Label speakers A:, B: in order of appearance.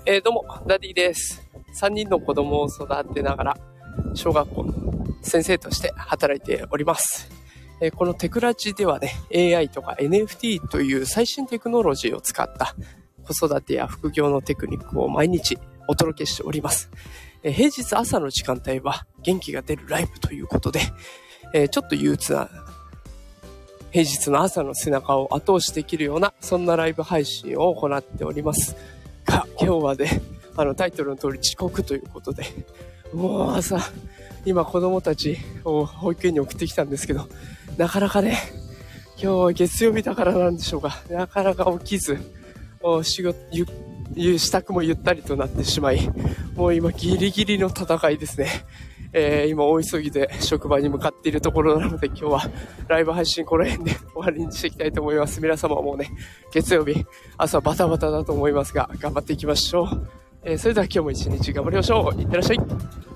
A: どうも、ダディです。3人の子供を育てながら、小学校の先生として働いております。このテクラジではね、AI とか NFT という最新テクノロジーを使った子育てや副業のテクニックを毎日お届けしております。平日朝の時間帯は元気が出るライブということで、ちょっと憂鬱な平日の朝の背中を後押しできるような、そんなライブ配信を行っておりますが、今日はね、タイトルの通り遅刻ということで、もう朝、今子供たちを保育園に送ってきたんですけど、なかなかね、今日は月曜日だからなんでしょうか、なかなか起きず、仕事、支度もゆったりとなってしまい、もう今ギリギリの戦いですね。今大急ぎで職場に向かっているところなので、今日はライブ配信この辺で終わりにしていきたいと思います。皆様もね、月曜日朝バタバタだと思いますが、頑張っていきましょう。それでは今日も一日頑張りましょう。いってらっしゃい。